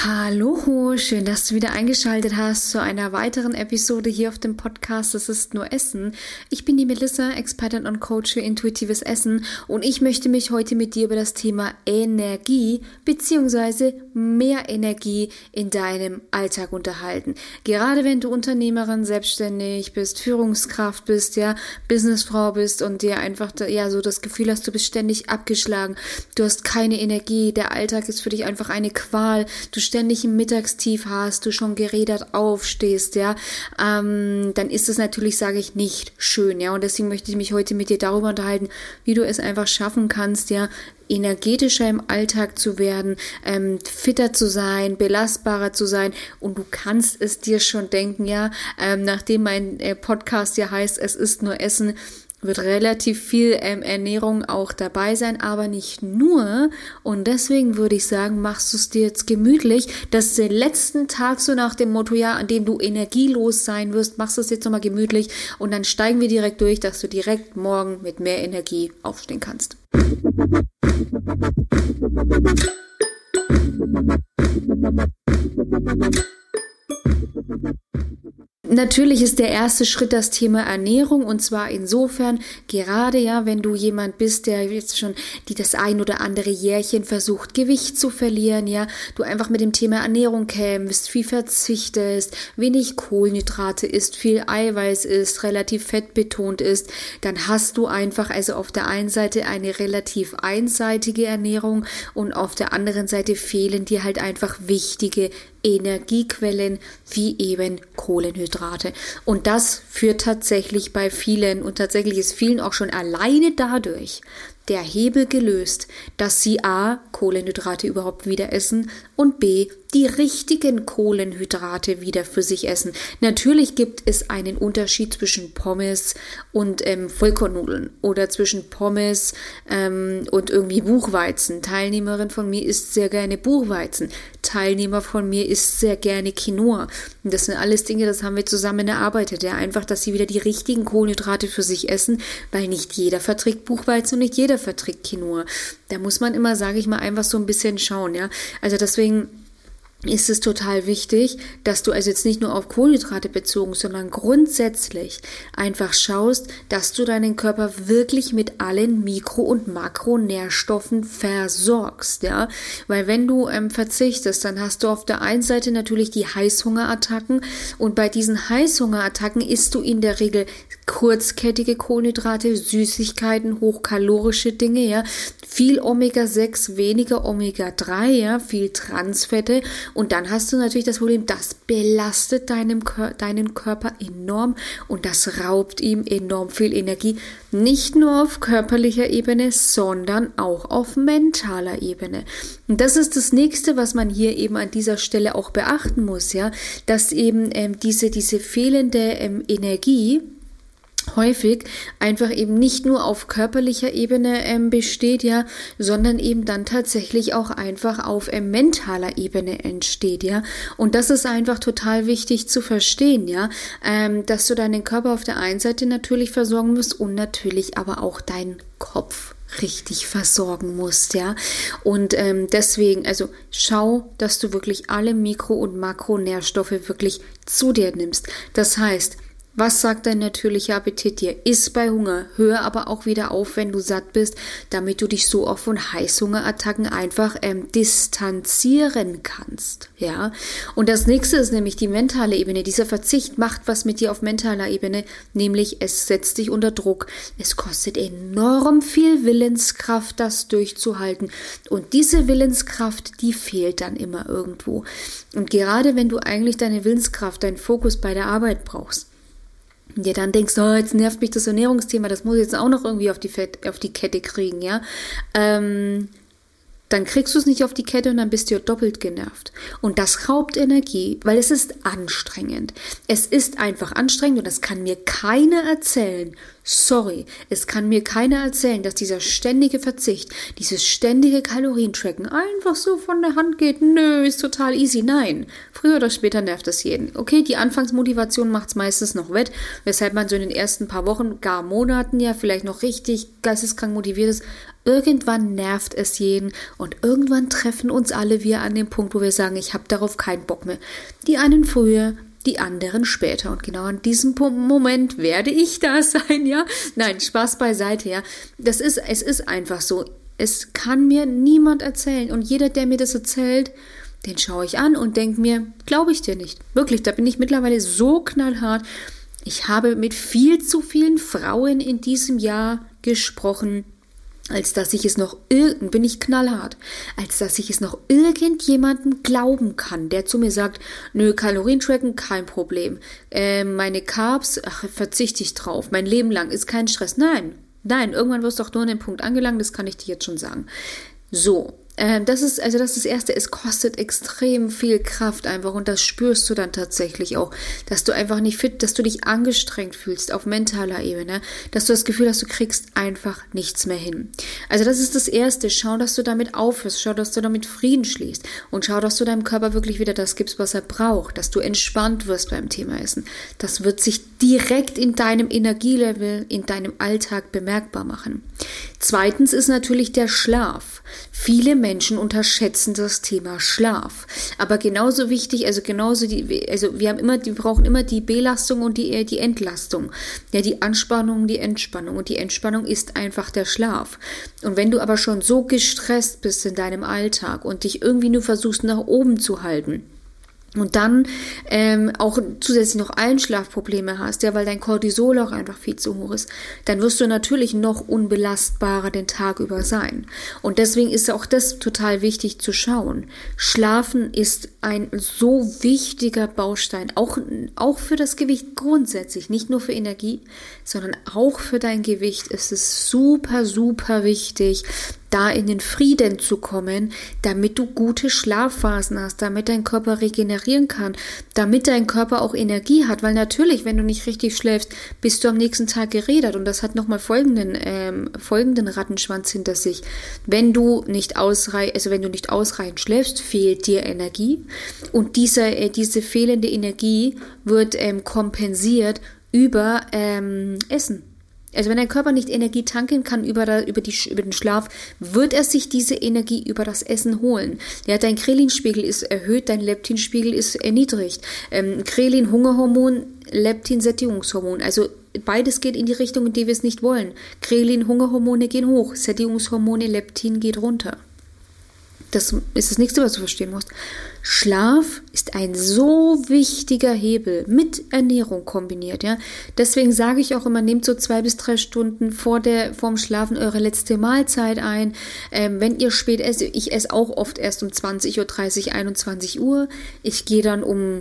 Hallo, schön, dass du wieder eingeschaltet hast zu einer weiteren Episode hier auf dem Podcast Es ist nur Essen. Ich bin die Melissa, Expertin und Coach für intuitives Essen und ich möchte mich heute mit dir über das Thema Energie bzw. mehr Energie in deinem Alltag unterhalten. Gerade wenn du Unternehmerin, selbstständig bist, Führungskraft bist, ja, Businessfrau bist und dir einfach so das Gefühl hast, du bist ständig abgeschlagen, du hast keine Energie, der Alltag ist für dich einfach eine Qual, du ständig ein Mittagstief hast, du schon gerädert aufstehst, ja, dann ist es natürlich, sage ich, nicht schön, ja, und deswegen möchte ich mich heute mit dir darüber unterhalten, wie du es einfach schaffen kannst, ja, energetischer im Alltag zu werden, fitter zu sein, belastbarer zu sein und du kannst es dir schon denken, ja, nachdem mein Podcast ja heißt, es ist nur Essen, wird relativ viel Ernährung auch dabei sein, aber nicht nur. Und deswegen würde ich sagen, machst du es dir jetzt gemütlich, dass den letzten Tag so nach dem Motto, ja, an dem du energielos sein wirst, machst du es jetzt nochmal gemütlich und dann steigen wir direkt durch, dass du direkt morgen mit mehr Energie aufstehen kannst. Natürlich ist der erste Schritt das Thema Ernährung und zwar insofern, gerade ja, wenn du jemand bist, der jetzt schon das ein oder andere Jährchen versucht, Gewicht zu verlieren, ja, du einfach mit dem Thema Ernährung kämpfst, viel verzichtest, wenig Kohlenhydrate isst, viel Eiweiß isst, relativ fettbetont isst, dann hast du einfach also auf der einen Seite eine relativ einseitige Ernährung und auf der anderen Seite fehlen dir halt einfach wichtige Energiequellen wie eben Kohlenhydrate. Und das führt tatsächlich bei vielen und tatsächlich ist vielen auch schon alleine dadurch der Hebel gelöst, dass sie a. Kohlenhydrate überhaupt wieder essen und b. die richtigen Kohlenhydrate wieder für sich essen. Natürlich gibt es einen Unterschied zwischen Pommes und Vollkornnudeln oder zwischen Pommes und irgendwie Buchweizen. Teilnehmerin von mir isst sehr gerne Buchweizen. Teilnehmer von mir isst sehr gerne Quinoa. Und das sind alles Dinge, das haben wir zusammen erarbeitet. Ja, einfach, dass sie wieder die richtigen Kohlenhydrate für sich essen, weil nicht jeder verträgt Buchweizen und nicht jeder verträgt Quinoa. Da muss man immer, sage ich mal, einfach so ein bisschen schauen, ja. Also deswegen ist es total wichtig, dass du also jetzt nicht nur auf Kohlenhydrate bezogen, sondern grundsätzlich einfach schaust, dass du deinen Körper wirklich mit allen Mikro- und Makronährstoffen versorgst, ja, weil wenn du verzichtest, dann hast du auf der einen Seite natürlich die Heißhungerattacken und bei diesen Heißhungerattacken isst du in der Regel kurzkettige Kohlenhydrate, Süßigkeiten, hochkalorische Dinge, ja, viel Omega-6, weniger Omega-3, ja, viel Transfette und dann hast du natürlich das Problem, das belastet deinen Körper enorm und das raubt ihm enorm viel Energie, nicht nur auf körperlicher Ebene, sondern auch auf mentaler Ebene. Und das ist das Nächste, was man hier eben an dieser Stelle auch beachten muss, ja, dass eben diese fehlende Energie häufig einfach eben nicht nur auf körperlicher Ebene besteht, ja, sondern eben dann tatsächlich auch einfach auf mentaler Ebene entsteht, ja. Und das ist einfach total wichtig zu verstehen, ja, dass du deinen Körper auf der einen Seite natürlich versorgen musst und natürlich aber auch deinen Kopf richtig versorgen musst, ja. Und deswegen, also schau, dass du wirklich alle Mikro- und Makronährstoffe wirklich zu dir nimmst. Das heißt, was sagt dein natürlicher Appetit dir? Iss bei Hunger, hör aber auch wieder auf, wenn du satt bist, damit du dich so auch von Heißhungerattacken einfach distanzieren kannst, ja. Und das nächste ist nämlich die mentale Ebene. Dieser Verzicht macht was mit dir auf mentaler Ebene, nämlich es setzt dich unter Druck. Es kostet enorm viel Willenskraft, das durchzuhalten. Und diese Willenskraft, die fehlt dann immer irgendwo. Und gerade wenn du eigentlich deine Willenskraft, deinen Fokus bei der Arbeit brauchst, und dir dann denkst, oh, jetzt nervt mich das Ernährungsthema, das muss ich jetzt auch noch irgendwie auf die Kette kriegen, ja, dann kriegst du es nicht auf die Kette und dann bist du doppelt genervt. Und das raubt Energie, weil es ist anstrengend. Es ist einfach anstrengend und das kann mir keiner erzählen. Sorry, es kann mir keiner erzählen, dass dieser ständige Verzicht, dieses ständige Kalorientracken einfach so von der Hand geht. Nö, ist total easy. Nein, früher oder später nervt es jeden. Okay, die Anfangsmotivation macht es meistens noch wett, weshalb man so in den ersten paar Wochen, gar Monaten ja vielleicht noch richtig geisteskrank motiviert ist. Irgendwann nervt es jeden und irgendwann treffen uns alle wir an dem Punkt, wo wir sagen, ich habe darauf keinen Bock mehr. Die einen früher, die anderen später. Und genau an diesem Moment werde ich da sein, ja. Nein, Spaß beiseite, ja. Es ist einfach so. Es kann mir niemand erzählen. Und jeder, der mir das erzählt, den schaue ich an und denke mir, glaube ich dir nicht. Wirklich, da bin ich mittlerweile so knallhart. Ich habe mit viel zu vielen Frauen in diesem Jahr gesprochen, als dass ich es noch bin ich knallhart, als dass ich es noch irgendjemandem glauben kann, der zu mir sagt, nö, Kalorien tracken, kein Problem, meine Carbs, verzichte ich drauf, mein Leben lang, ist kein Stress. Nein, irgendwann wirst du doch nur an den Punkt angelangt, das kann ich dir jetzt schon sagen. So, das ist das Erste, es kostet extrem viel Kraft einfach und das spürst du dann tatsächlich auch, dass du einfach nicht fit, dass du dich angestrengt fühlst auf mentaler Ebene, dass du das Gefühl hast, du kriegst einfach nichts mehr hin. Also das ist das Erste, schau, dass du damit aufhörst, schau, dass du damit Frieden schließt und schau, dass du deinem Körper wirklich wieder das gibst, was er braucht, dass du entspannt wirst beim Thema Essen. Das wird sich direkt in deinem Energielevel, in deinem Alltag bemerkbar machen. Zweitens ist natürlich der Schlaf. Viele Menschen unterschätzen das Thema Schlaf. Aber genauso wichtig, wir brauchen immer die Belastung und die Entlastung. Ja, die Anspannung, die Entspannung. Und die Entspannung ist einfach der Schlaf. Und wenn du aber schon so gestresst bist in deinem Alltag und dich irgendwie nur versuchst, nach oben zu halten, und dann auch zusätzlich noch Einschlafprobleme hast, ja, weil dein Cortisol auch einfach viel zu hoch ist, dann wirst du natürlich noch unbelastbarer den Tag über sein. Und deswegen ist auch das total wichtig zu schauen. Schlafen ist ein so wichtiger Baustein, auch für das Gewicht grundsätzlich, nicht nur für Energie, sondern auch für dein Gewicht ist es super, super wichtig, da in den Frieden zu kommen, damit du gute Schlafphasen hast, damit dein Körper regenerieren kann, damit dein Körper auch Energie hat, weil natürlich, wenn du nicht richtig schläfst, bist du am nächsten Tag gerädert und das hat nochmal folgenden Rattenschwanz hinter sich. Wenn du nicht ausreichend schläfst, fehlt dir Energie und diese fehlende Energie wird kompensiert über Essen. Also wenn dein Körper nicht Energie tanken kann über den Schlaf, wird er sich diese Energie über das Essen holen. Ja, dein Krelinspiegel ist erhöht, dein Leptinspiegel ist erniedrigt. Krelin Hungerhormon, Leptin Sättigungshormon. Also beides geht in die Richtung, in die wir es nicht wollen. Krelin Hungerhormone gehen hoch, Sättigungshormone, Leptin geht runter. Das ist das Nächste, was du verstehen musst. Schlaf ist ein so wichtiger Hebel mit Ernährung kombiniert. Ja? Deswegen sage ich auch immer, nehmt so 2 bis 3 Stunden vorm Schlafen eure letzte Mahlzeit ein. Wenn ihr spät esst, ich esse auch oft erst um 20:30 Uhr, 21 Uhr. Ich gehe dann um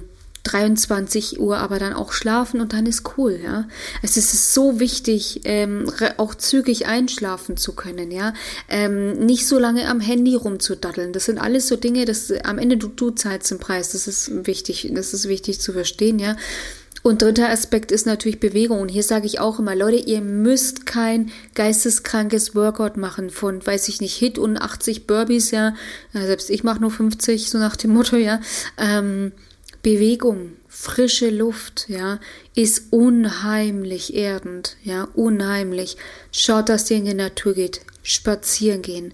23 Uhr aber dann auch schlafen und dann ist cool, ja. Also es ist so wichtig, auch zügig einschlafen zu können, ja. Nicht so lange am Handy rumzudaddeln. Das sind alles so Dinge, dass am Ende du zahlst den Preis. Das ist wichtig zu verstehen, ja. Und dritter Aspekt ist natürlich Bewegung. Und hier sage ich auch immer, Leute, ihr müsst kein geisteskrankes Workout machen von, weiß ich nicht, HIIT und 80 Burpees, ja. Selbst ich mache nur 50, so nach dem Motto, ja. Bewegung, frische Luft, ja, ist unheimlich erdend, ja, unheimlich. Schaut, dass ihr in die Natur geht, spazieren gehen.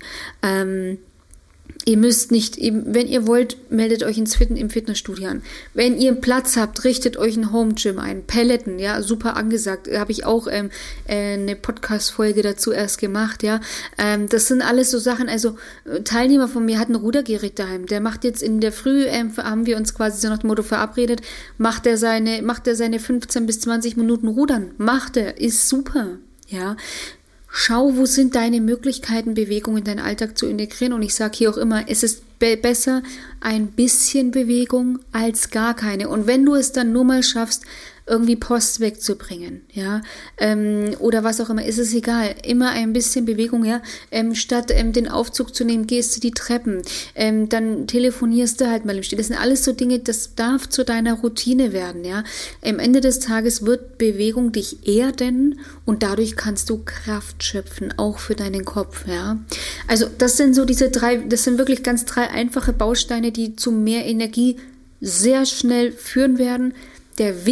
Ihr müsst nicht, wenn ihr wollt, meldet euch im Fitnessstudio an. Wenn ihr einen Platz habt, richtet euch ein Home Gym ein. Pelleten, ja, super angesagt. Habe ich auch eine Podcast-Folge dazu erst gemacht, ja. Das sind alles so Sachen, also Teilnehmer von mir hat ein Rudergerät daheim. Der macht jetzt in der Früh, haben wir uns quasi so nach dem Motto verabredet, macht er seine 15 bis 20 Minuten Rudern. Ist super, ja. Schau, wo sind deine Möglichkeiten, Bewegung in deinen Alltag zu integrieren. Und ich sage hier auch immer, es ist besser ein bisschen Bewegung als gar keine. Und wenn du es dann nur mal schaffst, irgendwie Post wegzubringen, ja, oder was auch immer, ist es egal. Immer ein bisschen Bewegung, ja, statt den Aufzug zu nehmen, gehst du die Treppen, dann telefonierst du halt mal im Stehen. Das sind alles so Dinge, das darf zu deiner Routine werden, ja. Am Ende des Tages wird Bewegung dich erden und dadurch kannst du Kraft schöpfen, auch für deinen Kopf, ja. Also das sind so das sind wirklich ganz 3 einfache Bausteine, die zu mehr Energie sehr schnell führen werden. Die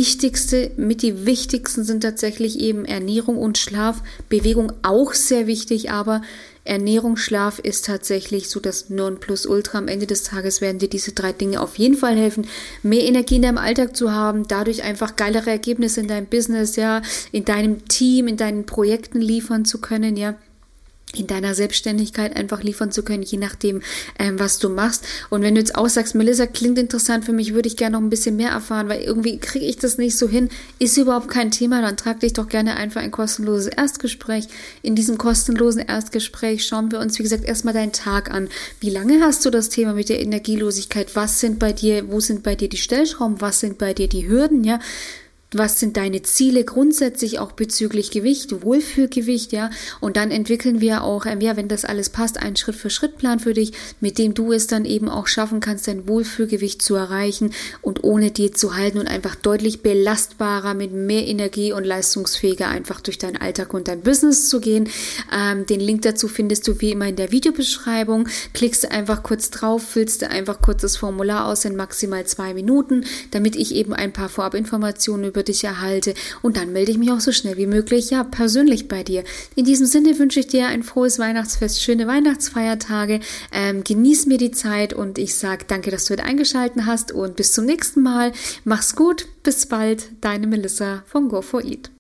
wichtigsten sind tatsächlich eben Ernährung und Schlaf, Bewegung auch sehr wichtig, aber Ernährung, Schlaf ist tatsächlich so das Nonplusultra. Am Ende des Tages werden dir diese 3 Dinge auf jeden Fall helfen, mehr Energie in deinem Alltag zu haben, dadurch einfach geilere Ergebnisse in deinem Business, ja, in deinem Team, in deinen Projekten liefern zu können, ja, in deiner Selbstständigkeit einfach liefern zu können, je nachdem, was du machst. Und wenn du jetzt auch sagst, Melissa, klingt interessant für mich, würde ich gerne noch ein bisschen mehr erfahren, weil irgendwie kriege ich das nicht so hin, ist überhaupt kein Thema, dann trag dich doch gerne einfach ein kostenloses Erstgespräch. In diesem kostenlosen Erstgespräch schauen wir uns, wie gesagt, erstmal deinen Tag an. Wie lange hast du das Thema mit der Energielosigkeit? Was sind bei dir, wo sind bei dir die Stellschrauben? Was sind bei dir die Hürden, ja? Was sind deine Ziele grundsätzlich auch bezüglich Gewicht, Wohlfühlgewicht, ja? Und dann entwickeln wir auch, ja, wenn das alles passt, einen Schritt-für-Schritt-Plan für dich, mit dem du es dann eben auch schaffen kannst, dein Wohlfühlgewicht zu erreichen und ohne Diät zu halten und einfach deutlich belastbarer, mit mehr Energie und leistungsfähiger einfach durch deinen Alltag und dein Business zu gehen. Den Link dazu findest du wie immer in der Videobeschreibung. Klickst du einfach kurz drauf, füllst du einfach kurz das Formular aus in maximal 2 Minuten, damit ich eben ein paar Vorabinformationen über dich erhalte und dann melde ich mich auch so schnell wie möglich, ja, persönlich bei dir. In diesem Sinne wünsche ich dir ein frohes Weihnachtsfest, schöne Weihnachtsfeiertage, genieß mir die Zeit und ich sage danke, dass du heute eingeschaltet hast und bis zum nächsten Mal. Mach's gut, bis bald, deine Melissa von Go4Eat.